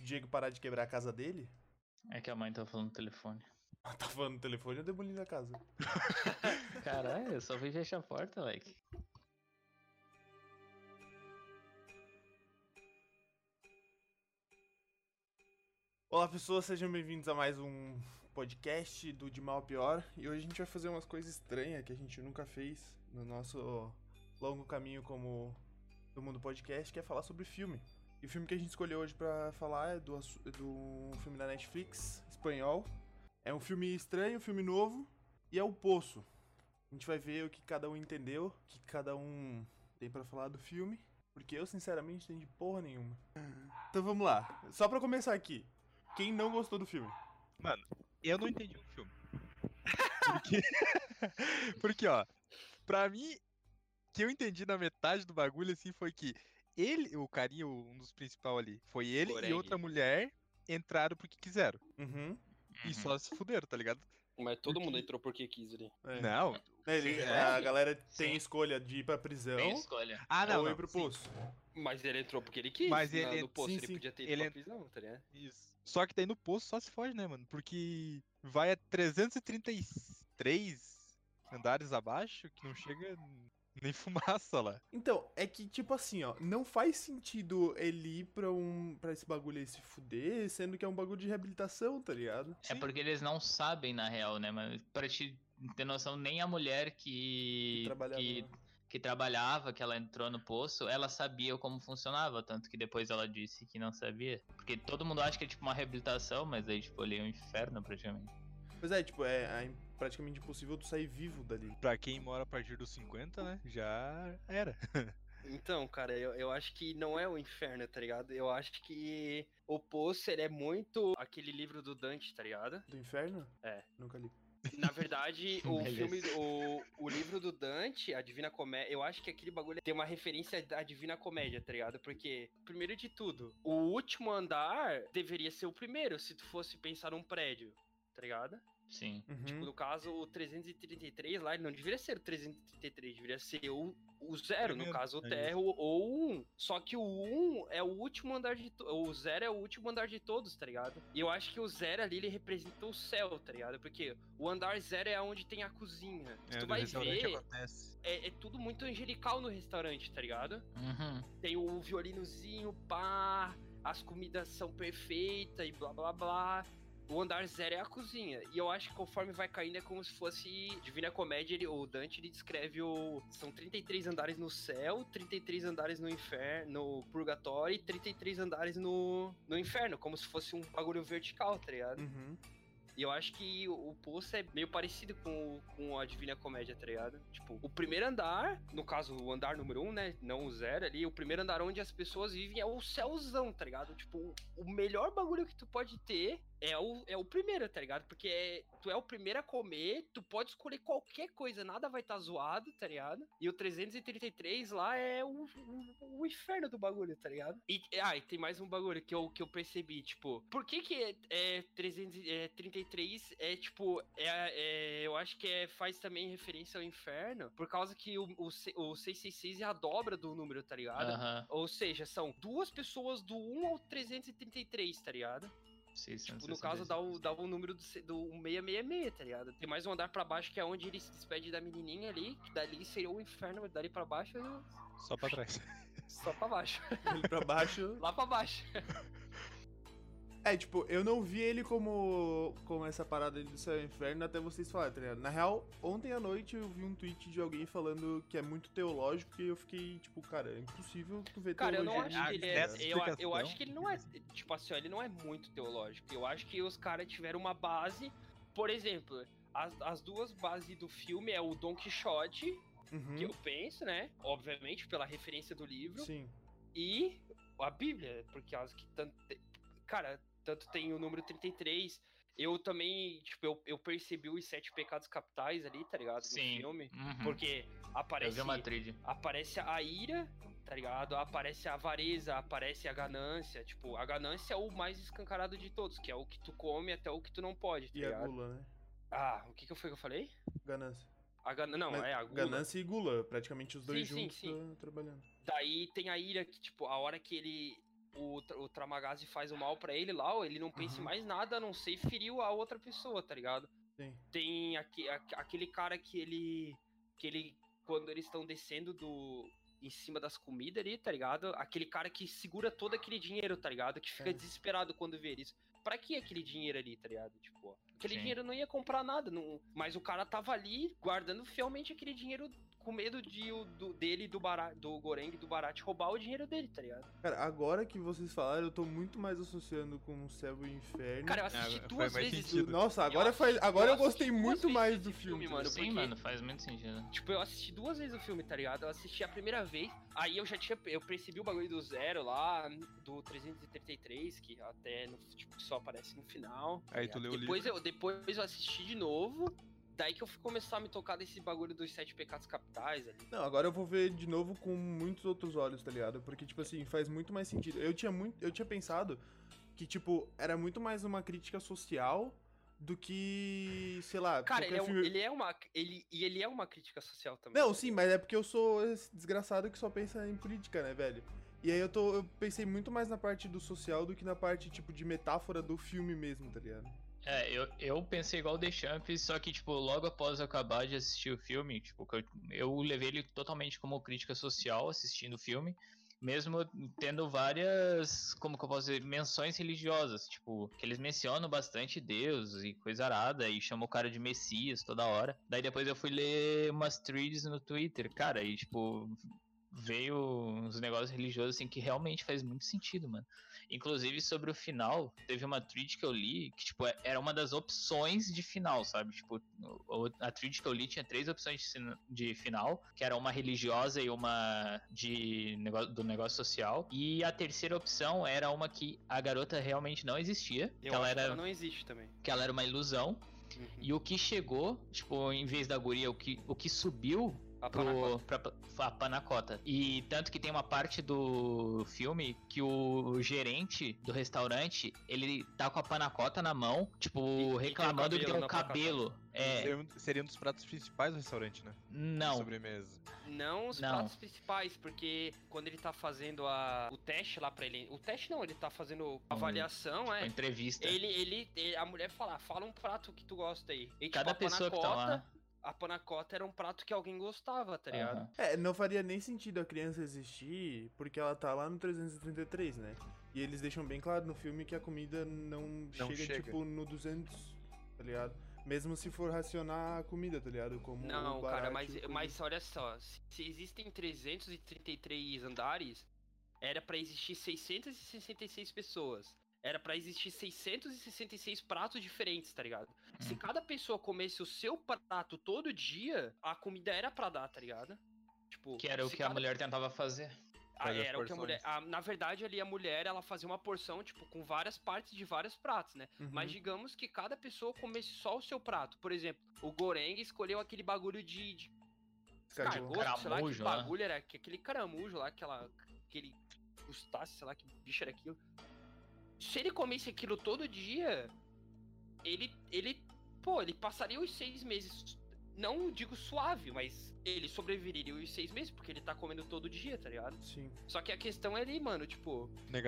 se o Diego parar de quebrar a casa dele... É que a mãe tá falando no telefone. Tá falando no telefone, eu demoli na casa. Caralho, eu só vim fechar a porta, like. Olá pessoas, sejam bem-vindos a mais um podcast do De Mal a Pior. E hoje a gente vai fazer umas coisas estranhas que a gente nunca fez no nosso longo caminho como do mundo podcast, que é falar sobre filme. E o filme que a gente escolheu hoje pra falar é do filme da Netflix, espanhol. É um filme estranho, um filme novo, e é O Poço. A gente vai ver o que cada um entendeu, o que cada um tem pra falar do filme, porque eu sinceramente não entendi porra nenhuma. Então vamos lá, só pra começar aqui. Quem não gostou do filme? Mano, eu não entendi o filme. Porque, ó, pra mim, o que eu entendi na metade do bagulho, assim, foi que ele, o carinha, um dos principais ali, foi ele e outra mulher entraram porque quiseram. Uhum. E só se fuderam, tá ligado? Mas todo mundo entrou porque quis ali. É. Não. A galera tem Sim. escolha de ir pra prisão Tem escolha. Ah, não, ou ir não. pro sim. poço. Mas ele entrou porque ele quis. Mas ele- No posto sim, ele sim. podia ter ido Ele- pra prisão, tá ligado? Isso. Só que daí no poço só se foge, né, mano? Porque vai a 333 andares abaixo, que não chega nem fumaça lá. Então, é que tipo assim, ó, não faz sentido ele ir pra esse bagulho aí se fuder, sendo que é um bagulho de reabilitação, tá ligado? É porque eles não sabem, na real, né? Mas pra te ter noção, nem a mulher Que trabalhava lá. que trabalhava, que ela entrou no poço, ela sabia como funcionava. Tanto que depois ela disse que não sabia. Porque todo mundo acha que é tipo uma reabilitação, mas aí, tipo, ali é um inferno praticamente. Pois é, tipo, é praticamente impossível tu sair vivo dali. Pra quem mora a partir dos 50, né, já era. Então, cara, eu acho que não é o inferno, tá ligado? Eu acho que o Poço, ele é muito aquele livro do Dante, tá ligado? Do inferno? É. Nunca li. Na verdade, o Beleza. filme, o livro do Dante, a Divina Comédia, eu acho que aquele bagulho tem uma referência à Divina Comédia, tá ligado? Porque, primeiro de tudo, o último andar deveria ser o primeiro, se tu fosse pensar num prédio, tá ligado? Sim. Uhum. Tipo, no caso, o 333 lá, ele não deveria ser o 333, deveria ser o zero, no Primeiro, caso, o é térreo ou o 1. Só que o 1 é o último andar de todos, o 0 é o último andar de todos, tá ligado? E eu acho que o 0 ali, ele representa o céu, tá ligado? Porque o andar 0 é onde tem a cozinha. Se tu no vai restaurante ver, acontece. é tudo muito angelical no restaurante, tá ligado? Uhum. Tem o violinozinho, pá, as comidas são perfeitas e blá blá blá. O andar 0 é a cozinha. E eu acho que conforme vai caindo é como se fosse Divina Comédia. O Dante ele descreve são 33 andares no céu, 33 andares no inferno, no purgatório e 33 andares no inferno. Como se fosse um bagulho vertical, tá ligado? Uhum. E eu acho que o Poço é meio parecido com a Divina Comédia, tá ligado? Tipo, o primeiro andar, no caso, o andar número 1, né? Não o 0 ali, o primeiro andar onde as pessoas vivem é o céuzão, tá ligado? Tipo, o melhor bagulho que tu pode ter é o primeiro, tá ligado? Porque tu é o primeiro a comer, tu pode escolher qualquer coisa, nada vai estar zoado, tá ligado? E o 333 lá é o inferno do bagulho, tá ligado? E tem mais um bagulho que eu percebi, tipo, por que 333 tipo, eu acho que faz também referência ao inferno, por causa que o 666 é a dobra do número, tá ligado? Aham. Ou seja, são duas pessoas do 1 ao 333, tá ligado? Tipo, no caso, dá o número do 666, tá ligado? Tem mais um andar pra baixo, que é onde ele se despede da menininha ali, que dali seria o inferno, dali pra baixo, Só pra trás. só pra baixo. Ele pra baixo. Lá pra baixo. É, tipo, eu não vi ele como essa parada do céu e inferno até vocês falarem, tá ligado? Na real, ontem à noite eu vi um tweet de alguém falando que é muito teológico e eu fiquei, tipo, cara, é impossível tu ver Cara, eu não teologia. acho que ele é. Essa Eu explicação- acho que ele não é. Tipo assim, ó, ele não é muito teológico. Eu acho que os caras tiveram uma base. Por exemplo, as duas bases do filme é o Don Quixote, Uhum. que eu penso, né? Obviamente, pela referência do livro. Sim. E a Bíblia, porque as que tanto. Cara, tanto tem o número 33. Eu também, tipo, eu percebi os 7 pecados capitais ali, tá ligado? Sim. No filme. Uhum. Porque Eu vi uma trilha. aparece a ira, tá ligado? Aparece a avareza, aparece a ganância. Tipo, a ganância é o mais escancarado de todos, que é o que tu come até o que tu não pode, tá E a ligado? gula, né? Ah, o que foi que eu falei? Ganância. Não, Mas é a gula. Ganância e gula, praticamente os dois Sim, juntos sim. trabalhando. Daí tem a ira que, tipo, a hora que ele o Tramagazzi faz o mal pra ele lá, ele não pensa em mais nada a não ser ferir a outra pessoa, tá ligado? Sim. Tem aquele cara que ele. Quando eles estão descendo em cima das comidas ali, tá ligado? Aquele cara que segura todo aquele dinheiro, tá ligado? Que fica desesperado quando vê isso. Pra que aquele dinheiro ali, tá ligado? Tipo, aquele dinheiro não ia comprar nada, mas o cara tava ali guardando fielmente aquele dinheiro com medo dele, do Goreng e do Barat roubar o dinheiro dele, tá ligado? Cara, agora que vocês falaram, eu tô muito mais associando com o Céu e o Inferno. Cara, eu assisti duas vezes. Nossa, agora eu gostei muito mais do filme, mano. Sim, porque, mano, faz muito sentido. Tipo, eu assisti 2 vezes o filme, tá ligado? Eu assisti a primeira vez, aí eu percebi o bagulho do Zero lá, do 333, que até tipo, só aparece no final. Aí tu leu o livro. Depois eu assisti de novo. Daí que eu fui começar a me tocar desse bagulho dos 7 pecados capitais ali. Não, agora eu vou ver de novo com muitos outros olhos, tá ligado? Porque, tipo assim, faz muito mais sentido. Eu tinha pensado que, tipo, era muito mais uma crítica social do que, sei lá... Cara, filme... ele é uma crítica social também. Não, sim, mas é porque eu sou esse desgraçado que só pensa em política, né, velho? E aí eu pensei muito mais na parte do social do que na parte, tipo, de metáfora do filme mesmo, tá ligado? Eu pensei igual o Deschamps, só que, tipo, logo após eu acabar de assistir o filme, tipo, eu levei ele totalmente como crítica social assistindo o filme, mesmo tendo várias, como que eu posso dizer, menções religiosas, tipo, que eles mencionam bastante Deus e coisa arada, e chamam o cara de Messias toda hora. Daí depois eu fui ler umas threads no Twitter, cara, e, tipo, veio uns negócios religiosos, assim, que realmente faz muito sentido, mano. Inclusive, sobre o final, teve uma thread que eu li que, tipo, era uma das opções de final, sabe? Tipo, a thread que eu li tinha 3 opções de final, que era uma religiosa e uma do negócio social. E a terceira opção era uma que a garota realmente não existia. Que ela não existe também. Que ela era uma ilusão. Uhum. E o que chegou, tipo, em vez da guria, o que subiu... A panacota. E tanto que tem uma parte do filme que o gerente do restaurante, ele tá com a panacota na mão, tipo, reclamando que tem um cabelo. Seria um dos pratos principais do restaurante, né? Não. Sobremesa. Não os pratos principais, porque quando ele tá fazendo o teste lá pra ele... O teste não, ele tá fazendo avaliação, tipo, entrevista. A mulher fala um prato que tu gosta aí. E, cada tipo, pessoa que tá lá... A panacota era um prato que alguém gostava, tá ligado? Não faria nem sentido a criança existir, porque ela tá lá no 333, né? E eles deixam bem claro no filme que a comida não chega, tipo, no 200, tá ligado? Mesmo se for racionar a comida, tá ligado? Como não, cara, mas olha só, se existem 333 andares, era pra existir 666 pessoas. Era pra existir 666 pratos diferentes, tá ligado? Se cada pessoa comesse o seu prato todo dia, a comida era pra dar, tá ligado? Tipo, que era o que a mulher tentava fazer. Era o que a mulher... na verdade, ali a mulher, ela fazia uma porção, tipo, com várias partes de vários pratos, né? Mas digamos que cada pessoa comesse só o seu prato. Por exemplo, o Goreng escolheu aquele bagulho de escargoto, sei lá, que bagulho era, aquele caramujo lá, aquele crustáceo, sei lá, que bicho era aquilo. Se ele comesse aquilo todo dia, ele passaria os 6 meses, não digo suave, mas ele sobreviveria os 6 meses, porque ele tá comendo todo dia, tá ligado? Sim. Só que a questão é ali, mano, tipo...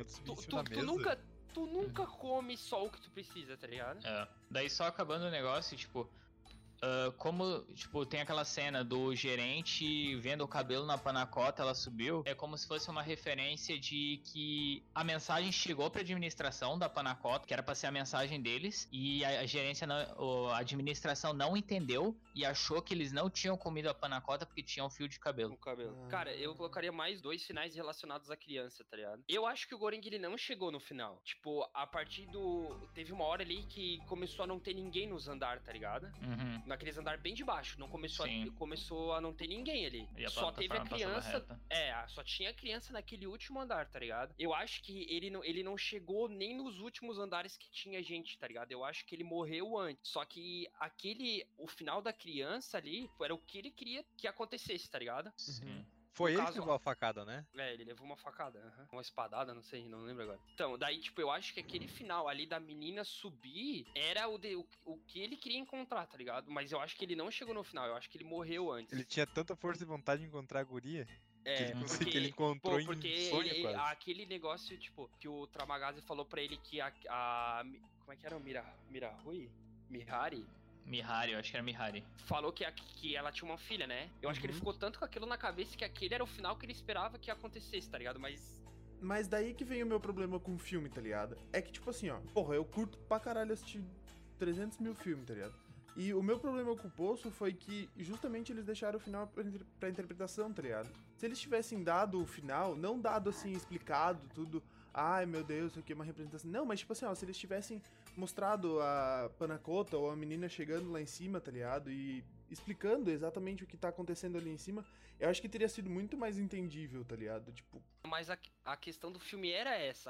Tu nunca come só o que tu precisa, tá ligado? Daí só acabando o negócio, tipo... como, tipo, tem aquela cena do gerente vendo o cabelo na panacota, ela subiu. É como se fosse uma referência de que a mensagem chegou pra administração da panacota, que era pra ser a mensagem deles, e a gerência, a administração não entendeu e achou que eles não tinham comido a panacota porque tinham um fio de cabelo. Cara, eu colocaria mais 2 finais relacionados à criança, tá ligado? Eu acho que o Goreng, ele não chegou no final. Tipo, a partir teve uma hora ali que começou a não ter ninguém nos andares, tá ligado? Naqueles andar bem de baixo, não começou a não ter ninguém ali. Só teve a criança. Só tinha a criança naquele último andar, tá ligado? Eu acho que ele não chegou nem nos últimos andares que tinha gente, tá ligado? Eu acho que ele morreu antes. Só que o final da criança ali era o que ele queria que acontecesse, tá ligado? Sim. Foi ele que levou a facada, né? Ele levou uma facada, uma espadada, não sei, não lembro agora. Então, daí, tipo, eu acho que aquele final ali da menina subir era o que ele queria encontrar, tá ligado? Mas eu acho que ele não chegou no final, eu acho que ele morreu antes. Ele tinha tanta força e vontade de encontrar a guria. Que ele encontrou em porque sonho, quase. aquele negócio, tipo, que o Tramagazi falou pra ele que como é que era o Mirarui? Mihari? Mihari, eu acho que era Mihari. Falou que ela tinha uma filha, né? Eu acho que ele ficou tanto com aquilo na cabeça que aquele era o final que ele esperava que acontecesse, tá ligado? Mas daí que vem o meu problema com o filme, tá ligado? É que, tipo assim, ó, porra, eu curto pra caralho assistir 300 mil filmes, tá ligado? E o meu problema com o Poço foi que justamente eles deixaram o final pra interpretação, tá ligado? Se eles tivessem dado o final, não dado assim, explicado tudo, ai meu Deus, isso aqui é uma representação. Não, mas tipo assim, ó, se eles tivessem mostrado a Panacota ou a menina chegando lá em cima, tá ligado? E explicando exatamente o que tá acontecendo ali em cima, eu acho que teria sido muito mais entendível, tá ligado? Tipo. Mas a questão do filme era essa,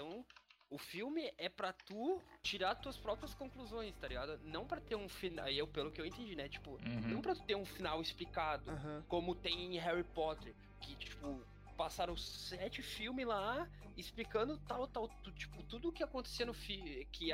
o filme é pra tu tirar tuas próprias conclusões, tá ligado? Não pra ter um final, pelo que eu entendi, né? Tipo, não pra tu ter um final explicado, como tem em Harry Potter, que, tipo, passaram 7 filmes lá explicando tal, tipo, tudo o que acontecia que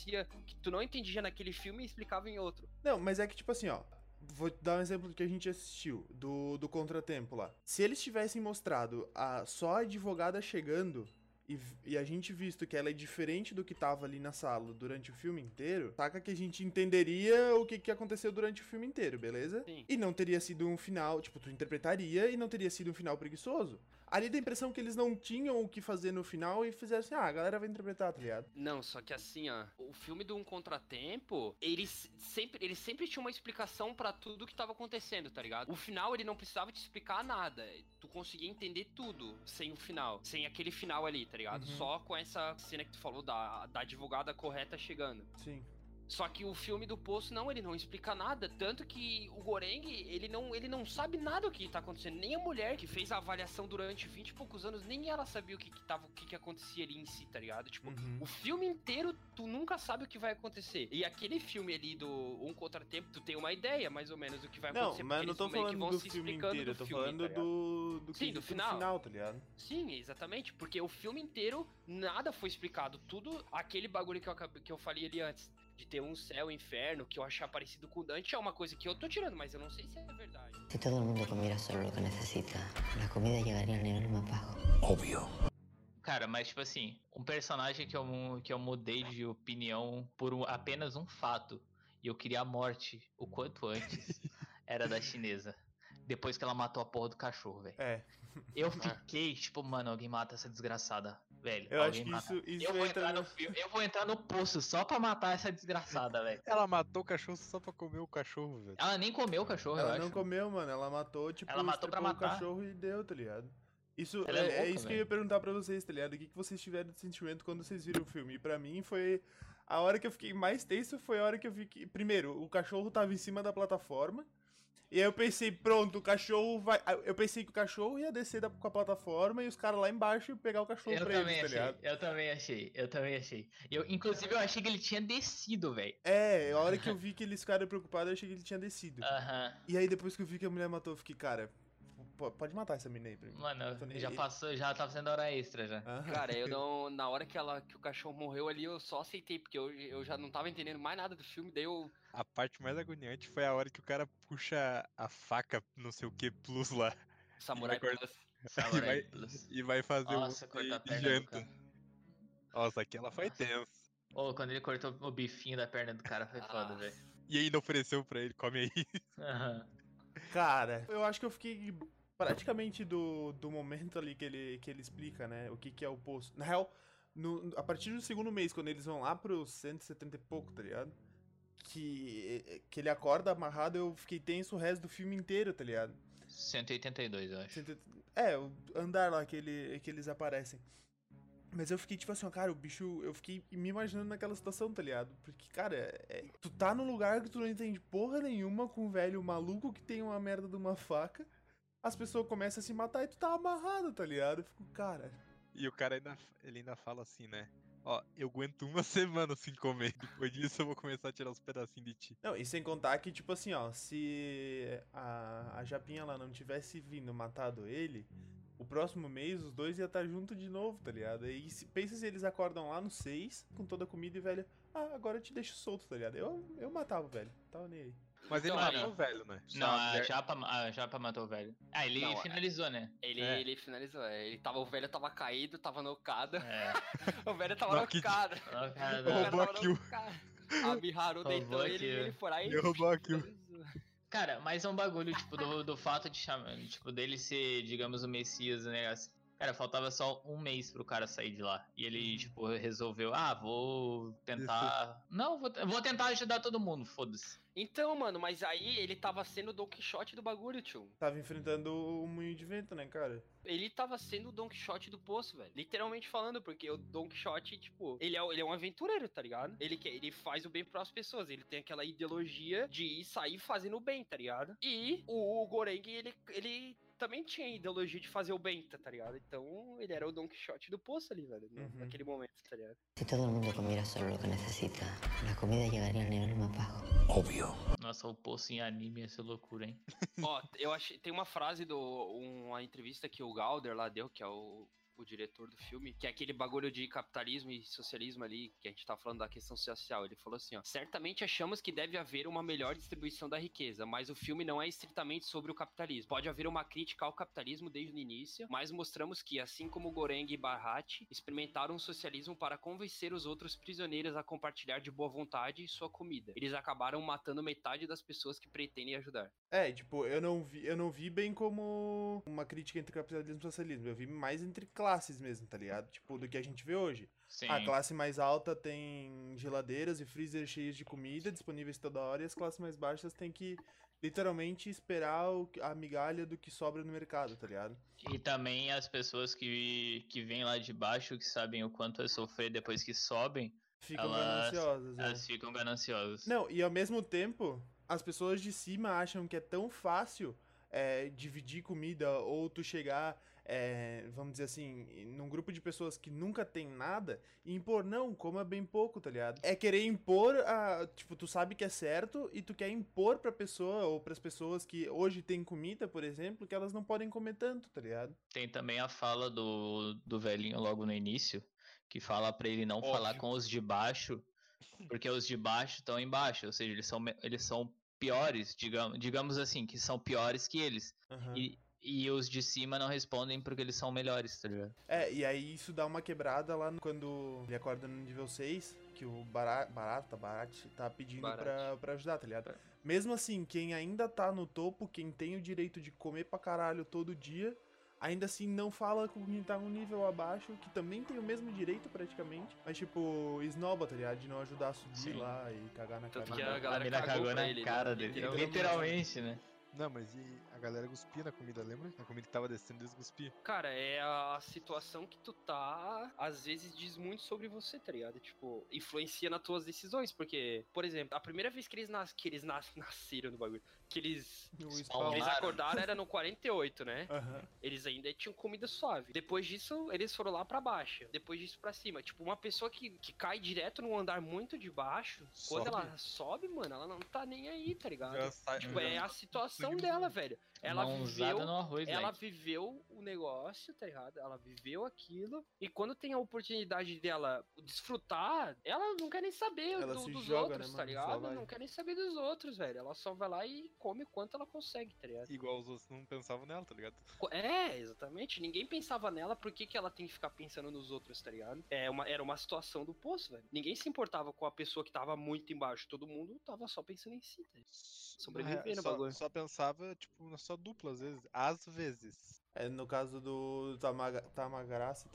tu não entendia naquele filme e explicava em outro. Não, mas é que, tipo assim, ó, vou dar um exemplo do que a gente assistiu, do Contratempo lá. Se eles tivessem mostrado só a advogada chegando e a gente visto que ela é diferente do que tava ali na sala durante o filme inteiro, saca que a gente entenderia o que aconteceu durante o filme inteiro, beleza? Sim. E não teria sido um final, tipo, tu interpretaria e não teria sido um final preguiçoso. Ali dá a impressão que eles não tinham o que fazer no final e fizeram assim, a galera vai interpretar, tá ligado? Não, só que assim, ó, o filme do Um Contratempo, eles sempre tinham uma explicação pra tudo que tava acontecendo, tá ligado? O final, ele não precisava te explicar nada, tu conseguia entender tudo sem o final, sem aquele final ali, tá ligado? Só com essa cena que tu falou da advogada correta chegando. Sim. Só que o filme do Poço, não, ele não explica nada. Tanto que o Goreng, ele não sabe nada do que tá acontecendo. Nem a mulher que fez a avaliação durante 20 e poucos anos, nem ela sabia o que acontecia ali em si, tá ligado? Tipo, o filme inteiro, tu nunca sabe o que vai acontecer. E aquele filme ali do Um Contratempo, tu tem uma ideia, mais ou menos, do que vai acontecer. Não, mas eu não tô falando do filme inteiro, eu tô falando do final, tá ligado? Sim, exatamente, porque o filme inteiro, nada foi explicado. Tudo, aquele bagulho que eu falei ali antes, de ter um céu, inferno, que eu achar parecido com o Dante, é uma coisa que eu tô tirando, mas eu não sei se é verdade. Se todo mundo comiera solo lo que necesita, la comida llegaría al nivel más bajo. Óbvio. Cara, mas tipo assim, um personagem que eu mudei de opinião por apenas um fato, e eu queria a morte o quanto antes, era da chinesa. Depois que ela matou a porra do cachorro, velho. É. Eu fiquei, tipo, mano, alguém mata essa desgraçada, velho. Eu acho Alguém que mata. isso Eu vou entra entrar no... no filme, eu vou entrar no poço só pra matar essa desgraçada, velho. Ela matou o cachorro só pra comer o cachorro, velho. Ela nem comeu o cachorro, eu Ela acho. não comeu, mano. Ela matou, tipo, Ela matou pra estrepou o matar. cachorro e deu, tá ligado? Isso Ela é louca, isso que eu ia perguntar pra vocês, tá ligado? O que vocês tiveram de sentimento quando vocês viram o filme? E pra mim foi... A hora que eu fiquei mais tenso foi a hora que eu vi que... Primeiro, o cachorro tava em cima da plataforma. E aí eu pensei, pronto, o cachorro vai... Eu pensei que o cachorro ia descer com a plataforma e os caras lá embaixo iam pegar o cachorro pra eles, tá ligado? Eu também achei. Inclusive, eu achei que ele tinha descido, velho. É, a hora que eu vi que eles ficaram preocupados, eu achei que ele tinha descido. Aham. E aí depois que eu vi que a mulher matou, eu fiquei, cara... Pode matar essa mina aí pra mim. Mano, Tô nem já aí. passou, já tava fazendo hora extra já. Aham. Cara, eu não. Na hora que o cachorro morreu ali, eu só aceitei, porque eu já não tava entendendo mais nada do filme, daí eu. A parte mais agoniante foi a hora que o cara puxa a faca, não sei o que, plus lá. Samurai E vai Plus. Samurai Plus. E vai fazer Nossa, um cortar a de perna do janta. cara. Nossa, aquela foi Nossa. tensa. Ô, quando ele cortou o bifinho da perna do cara, foi foda, velho. E ainda ofereceu pra ele, come aí. Aham. Cara, eu acho que eu fiquei praticamente do momento ali que ele explica, né, o que é o poço. Na real, a partir do segundo mês, quando eles vão lá pros 170 e pouco, tá ligado? Que ele acorda amarrado, eu fiquei tenso o resto do filme inteiro, tá ligado? 182, eu acho. O andar lá que eles aparecem. Mas eu fiquei tipo assim, ó, cara, o bicho, eu fiquei me imaginando naquela situação, tá ligado? Porque, cara, tu tá num lugar que tu não entende porra nenhuma com um velho maluco que tem uma merda de uma faca, as pessoas começam a se matar e tu tá amarrado, tá ligado? Eu fico, cara... E o cara ainda fala assim, né? Ó, eu aguento uma semana sem comer. Depois disso eu vou começar a tirar os pedacinhos de ti. Não, e sem contar que, tipo assim, ó, se a Japinha lá não tivesse vindo matado ele, o próximo mês os dois iam estar junto de novo, tá ligado? E pensa se eles acordam lá no 6, com toda a comida e velho, agora eu te deixo solto, tá ligado? Eu matava o velho, tava nem aí. Mas ele Então, matou o velho, né? Só Não, a mulher- a Japa matou o velho. Ah, ele Não, finalizou, né? Ele finalizou. O velho tava caído, tava nocado. É. O velho tava Knock- nocado. Ó, cara, O cara Roubou tava a kill. nocado. A Miharu Roubou deitou a ele e kill. ele foi lá e Ele roubou a kill. finalizou. Cara, mas é um bagulho, tipo, do fato de chamar, tipo, dele ser, digamos, o Messias, né? Cara, faltava só um mês pro cara sair de lá. E ele, tipo, resolveu, vou tentar. Não, vou tentar ajudar todo mundo, foda-se. Então, mano, mas aí ele tava sendo o Don Quixote do bagulho, tio. Tava enfrentando o moinho de vento, né, cara? Ele tava sendo o Don Quixote do poço, velho. Literalmente falando, porque o Don Quixote, tipo, ele é um aventureiro, tá ligado? Ele faz o bem pras pessoas. Ele tem aquela ideologia de ir sair fazendo o bem, tá ligado? E o Goreng, ele também tinha a ideologia de fazer o bem, tá ligado? Então, ele era o Don Quixote do poço ali, velho, naquele momento, tá ligado? Si todo el mundo comiera solo lo que necesita, la comida llegaría al nivel más bajo. Nossa, o poço em anime ia ser loucura, hein? Ó, eu achei. Tem uma frase uma entrevista que o Galder lá deu, que é o diretor do filme, que é aquele bagulho de capitalismo e socialismo ali, que a gente tá falando da questão social. Ele falou assim, ó: certamente achamos que deve haver uma melhor distribuição da riqueza, mas o filme não é estritamente sobre o capitalismo. Pode haver uma crítica ao capitalismo desde o início, mas mostramos que, assim como Goreng e Barhat experimentaram o socialismo para convencer os outros prisioneiros a compartilhar de boa vontade sua comida, eles acabaram matando metade das pessoas que pretendem ajudar. É, tipo, eu não vi bem como uma crítica entre capitalismo e socialismo. Eu vi mais entre classes mesmo, tá ligado? Tipo, do que a gente vê hoje. Sim. A classe mais alta tem geladeiras e freezer cheios de comida disponíveis toda hora, e as classes mais baixas têm que literalmente esperar a migalha do que sobra no mercado, tá ligado? E também as pessoas que vêm lá de baixo, que sabem o quanto é sofrer depois que sobem, Ficam gananciosas, elas ficam gananciosas. Não, e ao mesmo tempo, as pessoas de cima acham que é tão fácil dividir comida ou tu chegar, vamos dizer assim, num grupo de pessoas que nunca tem nada e impor, não, coma bem pouco, tá ligado? É querer impor, tipo, tu sabe que é certo e tu quer impor pra pessoa ou pras pessoas que hoje tem comida, por exemplo, que elas não podem comer tanto, tá ligado? Tem também a fala do velhinho logo no início, que fala pra ele não falar com os de baixo, porque os de baixo estão embaixo, ou seja, eles são piores, digamos assim, que são piores que eles. Uhum. E os de cima não respondem porque eles são melhores, tá ligado? E aí isso dá uma quebrada lá quando ele acorda no nível 6, que o Barat tá pedindo pra ajudar, tá ligado? Mesmo assim, quem ainda tá no topo, quem tem o direito de comer pra caralho todo dia, ainda assim não fala com quem tá um nível abaixo, que também tem o mesmo direito praticamente, mas tipo, esnoba, tá ligado? De não ajudar a subir Sim. lá e cagar na Tanto cara. que a galera mina cagou cagou pra na ele, cara né? dele. Literalmente, né? Não, mas e a galera cuspia na comida, lembra? A comida que tava descendo, eles cuspiam. Cara, é a situação que tu tá, às vezes diz muito sobre você, tá ligado? Tipo, influencia nas tuas decisões, porque, por exemplo, a primeira vez que eles nasceram no bagulho, que eles acordaram era no 48, né? Uhum. Eles ainda tinham comida suave. Depois disso, eles foram lá pra baixo. Depois disso pra cima. Tipo, uma pessoa que cai direto num andar muito de baixo, quando ela sobe, mano, ela não tá nem aí, tá ligado? Tipo, é a situação dela, velho. Ela Mãozada no arroz, ela velho. viveu o negócio, tá ligado? Ela viveu aquilo. E quando tem a oportunidade dela desfrutar, ela não quer nem saber Ela se dos joga, outros, né, tá mano? Só ligado? vai. Não quer nem saber dos outros, velho. Ela só vai lá e come o quanto ela consegue, tá ligado? Igual os outros não pensavam nela, tá ligado? Exatamente. Ninguém pensava nela, por que ela tem que ficar pensando nos outros, tá ligado? Era uma situação do poço, velho. Ninguém se importava com a pessoa que tava muito embaixo. Todo mundo tava só pensando em si, tá ligado? Sobreviver no bagulho. Só pensava, tipo, na sua dupla, às vezes. Às vezes. No caso do Tamagotchi,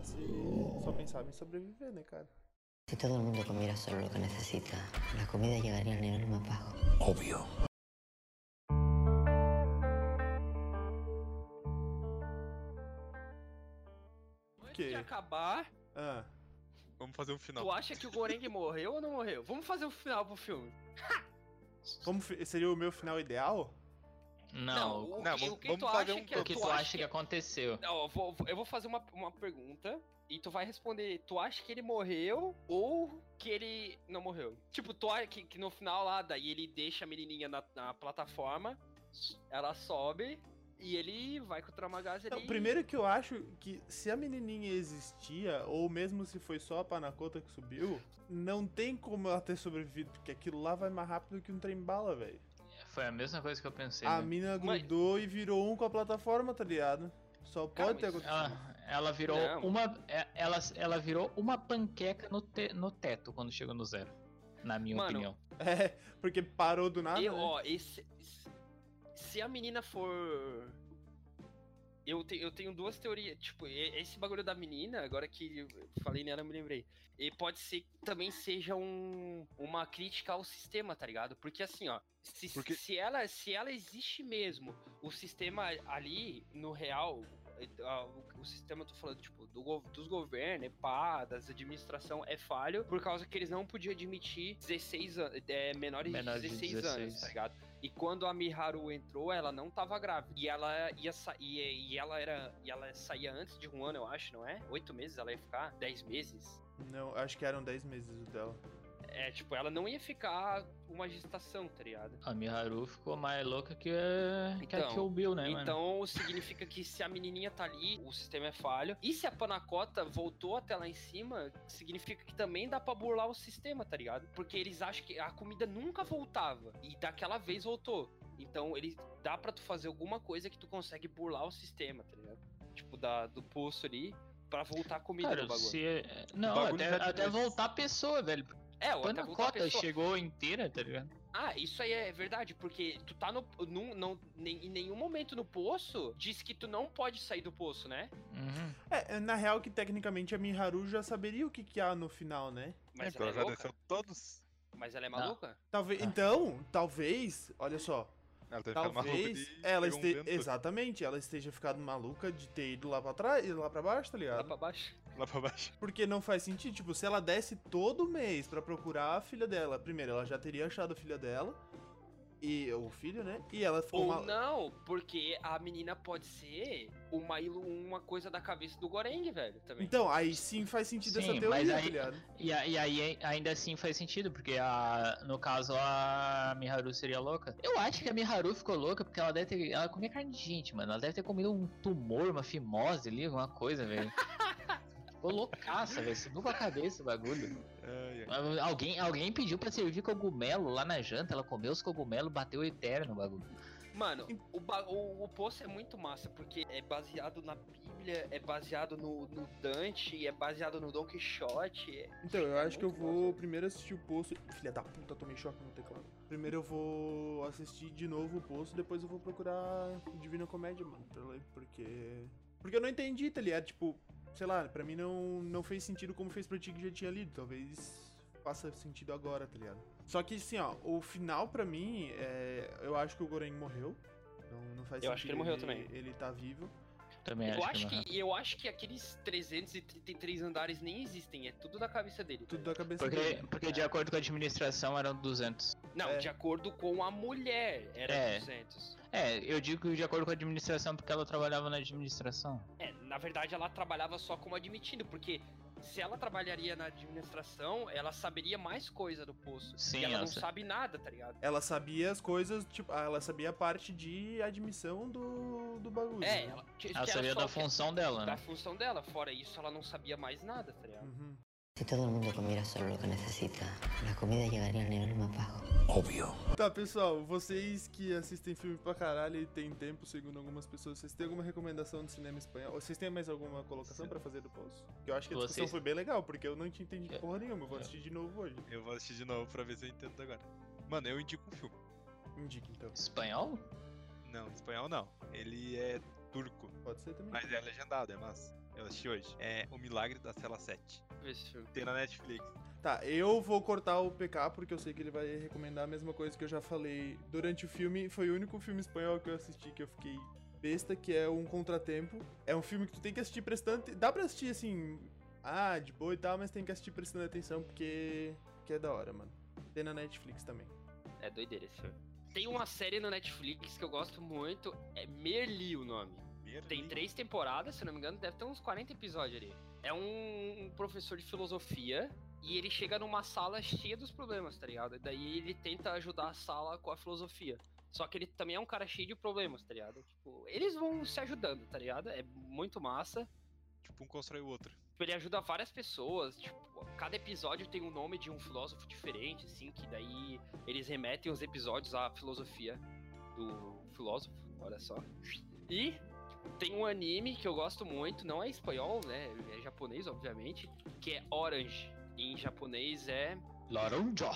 só pensava em sobreviver, né, cara? Si todo el mundo comiera solo lo que necesita, la comida llegaría al nivel más bajo. Antes de acabar, Vamos fazer um final. tu acha que o Goreng morreu ou não morreu? Vamos fazer um final pro filme. Seria o meu final ideal? Não, O que vamos tu fazer acha um que o que tu acha que aconteceu? Não, eu vou fazer uma pergunta e tu vai responder. Tu acha que ele morreu ou que ele não morreu? Tipo, tu acha que no final lá, daí ele deixa a menininha na plataforma, ela sobe e ele vai com o Tramagás ali. Não, primeiro que eu acho que se a menininha existia, ou mesmo se foi só a Panacota que subiu, não tem como ela ter sobrevivido, porque aquilo lá vai mais rápido que um trem-bala, velho. Foi a mesma coisa que eu pensei. A né? mina grudou e virou um com a plataforma, tá ligado? Só pode ter mas acontecido. Ela virou Não. ela virou uma panqueca no teto quando chegou no zero. Na minha Mano, opinião. É, porque parou do nada, Eu, né? ó, se a menina for. Eu tenho duas teorias. Tipo, esse bagulho da menina, agora que eu falei nela, eu me lembrei. E pode ser que também seja uma crítica ao sistema, tá ligado? Porque assim, ó. Porque- Se ela existe mesmo, o sistema ali, no real. O sistema, eu tô falando, tipo, dos governos, das administração é falho por causa que eles não podiam admitir 16 anos, menores de Menores de 16 anos, 16. tá ligado? E quando a Miharu entrou, ela não tava grávida. E ela ela saía antes de um ano, eu acho, não é? 8 meses ela ia ficar? 10 meses? Não, acho que eram 10 meses o dela. É, tipo, ela não ia ficar uma gestação, tá ligado? A Miharu ficou mais louca que a Então, Kill Bill, né, mano? Então significa que se a menininha tá ali, o sistema é falho. E se a Panacota voltou até lá em cima, significa que também dá pra burlar o sistema, tá ligado? Porque eles acham que a comida nunca voltava. E daquela vez voltou. Então dá pra tu fazer alguma coisa que tu consegue burlar o sistema, tá ligado? Tipo, do poço ali, pra voltar a comida Cara, no bagulho. Não, bagulho já até tivesse- voltar a pessoa, velho. É, ou até voltar a Panacota pessoa. chegou inteira, tá ligado? Ah, isso aí é verdade, porque tu tá em nenhum momento no poço, diz que tu não pode sair do poço, né? Uhum. Na real que tecnicamente a Miharu já saberia o que há no final, né? Mas Porque ela ela é já louca. desceu todos. Mas ela é Não. maluca? Talvez, Ah. então, talvez, olha só, Ela tem ficado maluca talvez de ela pegar um esteja, vento exatamente, ela esteja ficado maluca de ter ido lá pra trás, lá pra baixo, tá Lá ligado? pra baixo. lá pra baixo. Porque não faz sentido, tipo, se ela desse todo mês pra procurar a filha dela, primeiro ela já teria achado a filha dela e o filho, né? E ela ficou Ou não, porque a menina pode ser uma coisa da cabeça do Goreng, velho, também. Então, aí sim faz sentido Sim, essa mas teoria, aí- tá ligado? E aí ainda assim faz sentido, porque no caso a Miharu seria louca. Eu acho que a Miharu ficou louca porque ela comia carne de gente, mano. Ela deve ter comido um tumor, uma fimose ali, alguma coisa, velho. Ficou loucaça, velho. Subiu com a cabeça o bagulho. Ai, ai. Alguém pediu pra servir cogumelo lá na janta, ela comeu os cogumelos, bateu o eterno no bagulho. Mano, o poço é muito massa, porque é baseado na Bíblia, é baseado no Dante, é baseado no Don Quixote. Então, eu acho que eu muito vou massa. primeiro assistir o Poço. Filha da puta, tomei choque no teclado. Primeiro eu vou assistir de novo o Poço, depois eu vou procurar Divina Comédia, mano, pra ler, porque eu não entendi, tá ligado? Tipo, sei lá, pra mim não fez sentido como fez pra ti que já tinha lido. Talvez faça sentido agora, tá ligado? Só que assim, ó, o final pra mim, eu acho que o Goreng morreu. Não faz sentido. Eu acho que ele morreu também. Ele tá vivo. Também Eu acho que aqueles 333 andares nem existem, é tudo da cabeça dele. Tudo da cabeça dele. Porque de acordo com a administração eram 200. Não, É. de acordo com a mulher, era É. 200. Eu digo que de acordo com a administração porque ela trabalhava na administração. Na verdade ela trabalhava só como admitindo, porque se ela trabalharia na administração, ela saberia mais coisa do poço. Sim, e ela ela não sa- sabe nada, tá ligado? Ela sabia as coisas, tipo, ela sabia a parte de admissão do bagulho. É, né? ela, Ela sabia da função dela, da né? função dela. Fora isso, ela não sabia mais nada, tá ligado? Uhum. Si todo el mundo comiera solo lo que necesita, la comida llegaría al nivel del mapajo. Tá, pessoal, vocês que assistem filme pra caralho e tem tempo, segundo algumas pessoas, vocês têm alguma recomendação de cinema espanhol? Vocês têm mais alguma colocação pra fazer do Poço? Que eu acho que a discussão Vocês- foi bem legal, porque eu não tinha entendido porra nenhuma. Eu vou assistir de novo hoje. Eu vou assistir de novo pra ver se eu entendo agora. Mano, eu indico um filme. Indica, então. Espanhol? Não, espanhol não. Ele é turco. Pode ser também. Mas é legendado, é massa. Eu assisti hoje. É O Milagre da Cela 7. Deixa eu ver esse filme. Tem na Netflix. Tá, eu vou cortar o PK porque eu sei que ele vai recomendar a mesma coisa que eu já falei durante o filme. Foi o único filme espanhol que eu assisti que eu fiquei besta, que é Um Contratempo. É um filme que tu tem que assistir prestando... Dá pra assistir, assim, de boa e tal, mas tem que assistir prestando atenção porque é da hora, mano. Tem na Netflix também. É doideira esse filme. Tem uma série no Netflix que eu gosto muito, é Merli o nome. Tem 3 temporadas, se não me engano, deve ter uns 40 episódios ali. É um professor de filosofia e ele chega numa sala cheia dos problemas, tá ligado? E daí ele tenta ajudar a sala com a filosofia. Só que ele também é um cara cheio de problemas, tá ligado? Tipo, eles vão se ajudando, tá ligado? É muito massa. Tipo, um constrói o outro. Ele ajuda várias pessoas, tipo, cada episódio tem um nome de um filósofo diferente, assim, que daí eles remetem os episódios à filosofia do filósofo, olha só. E tem um anime que eu gosto muito, não é espanhol, né, é japonês, obviamente, que é Orange. Em japonês é... Laranja.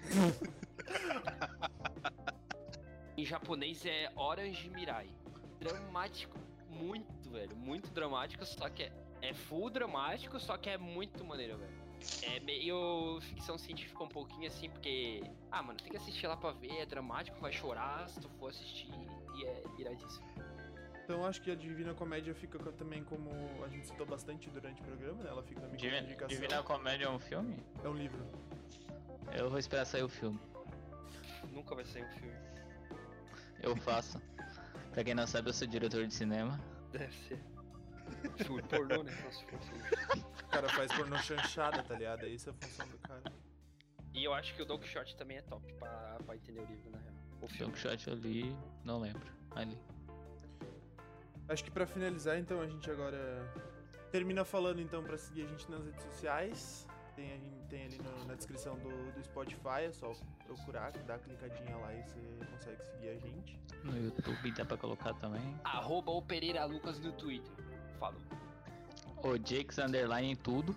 Em japonês é Orange Mirai. Dramático, muito, velho, muito dramático, só que é full dramático, só que é muito maneiro, velho. É meio ficção científica um pouquinho assim, porque... Ah, mano, tem que assistir lá pra ver, é dramático, vai chorar se tu for assistir, e é iradíssimo. Então acho que a Divina Comédia fica também como a gente citou bastante durante o programa, né? Ela fica também como indicação. Divina Comédia é um filme? É um livro. Eu vou esperar sair o filme. Nunca vai sair um filme. Eu faço. Pra quem não sabe, eu sou diretor de cinema. Deve ser. Filme pornô, né? Nossa, filme. O cara faz pornô chanchada, tá ligado? Essa é a função do cara. E eu acho que o Don Quixote também é top pra entender o livro, na real. O Don filme. Quixote eu li, não lembro. Ali. Acho que pra finalizar, então, a gente agora termina falando, então, pra seguir a gente nas redes sociais. Tem ali na descrição do Spotify, é só procurar, dar a clicadinha lá e você consegue seguir a gente. No YouTube dá pra colocar também. @ o Pereira Lucas no Twitter. Falou. O Jakes Underline em tudo.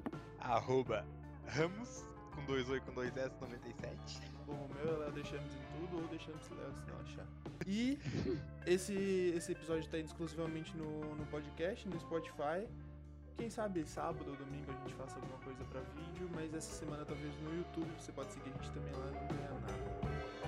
@Ramos, com 2 O e com 2 S, 97. O meu é Léo Deixamos em tudo ou Deixamos Léo se não achar. E esse episódio tá indo exclusivamente no podcast, no Spotify. Quem sabe sábado ou domingo a gente faça alguma coisa pra vídeo, mas essa semana talvez no YouTube, você pode seguir a gente também lá, não ganha nada.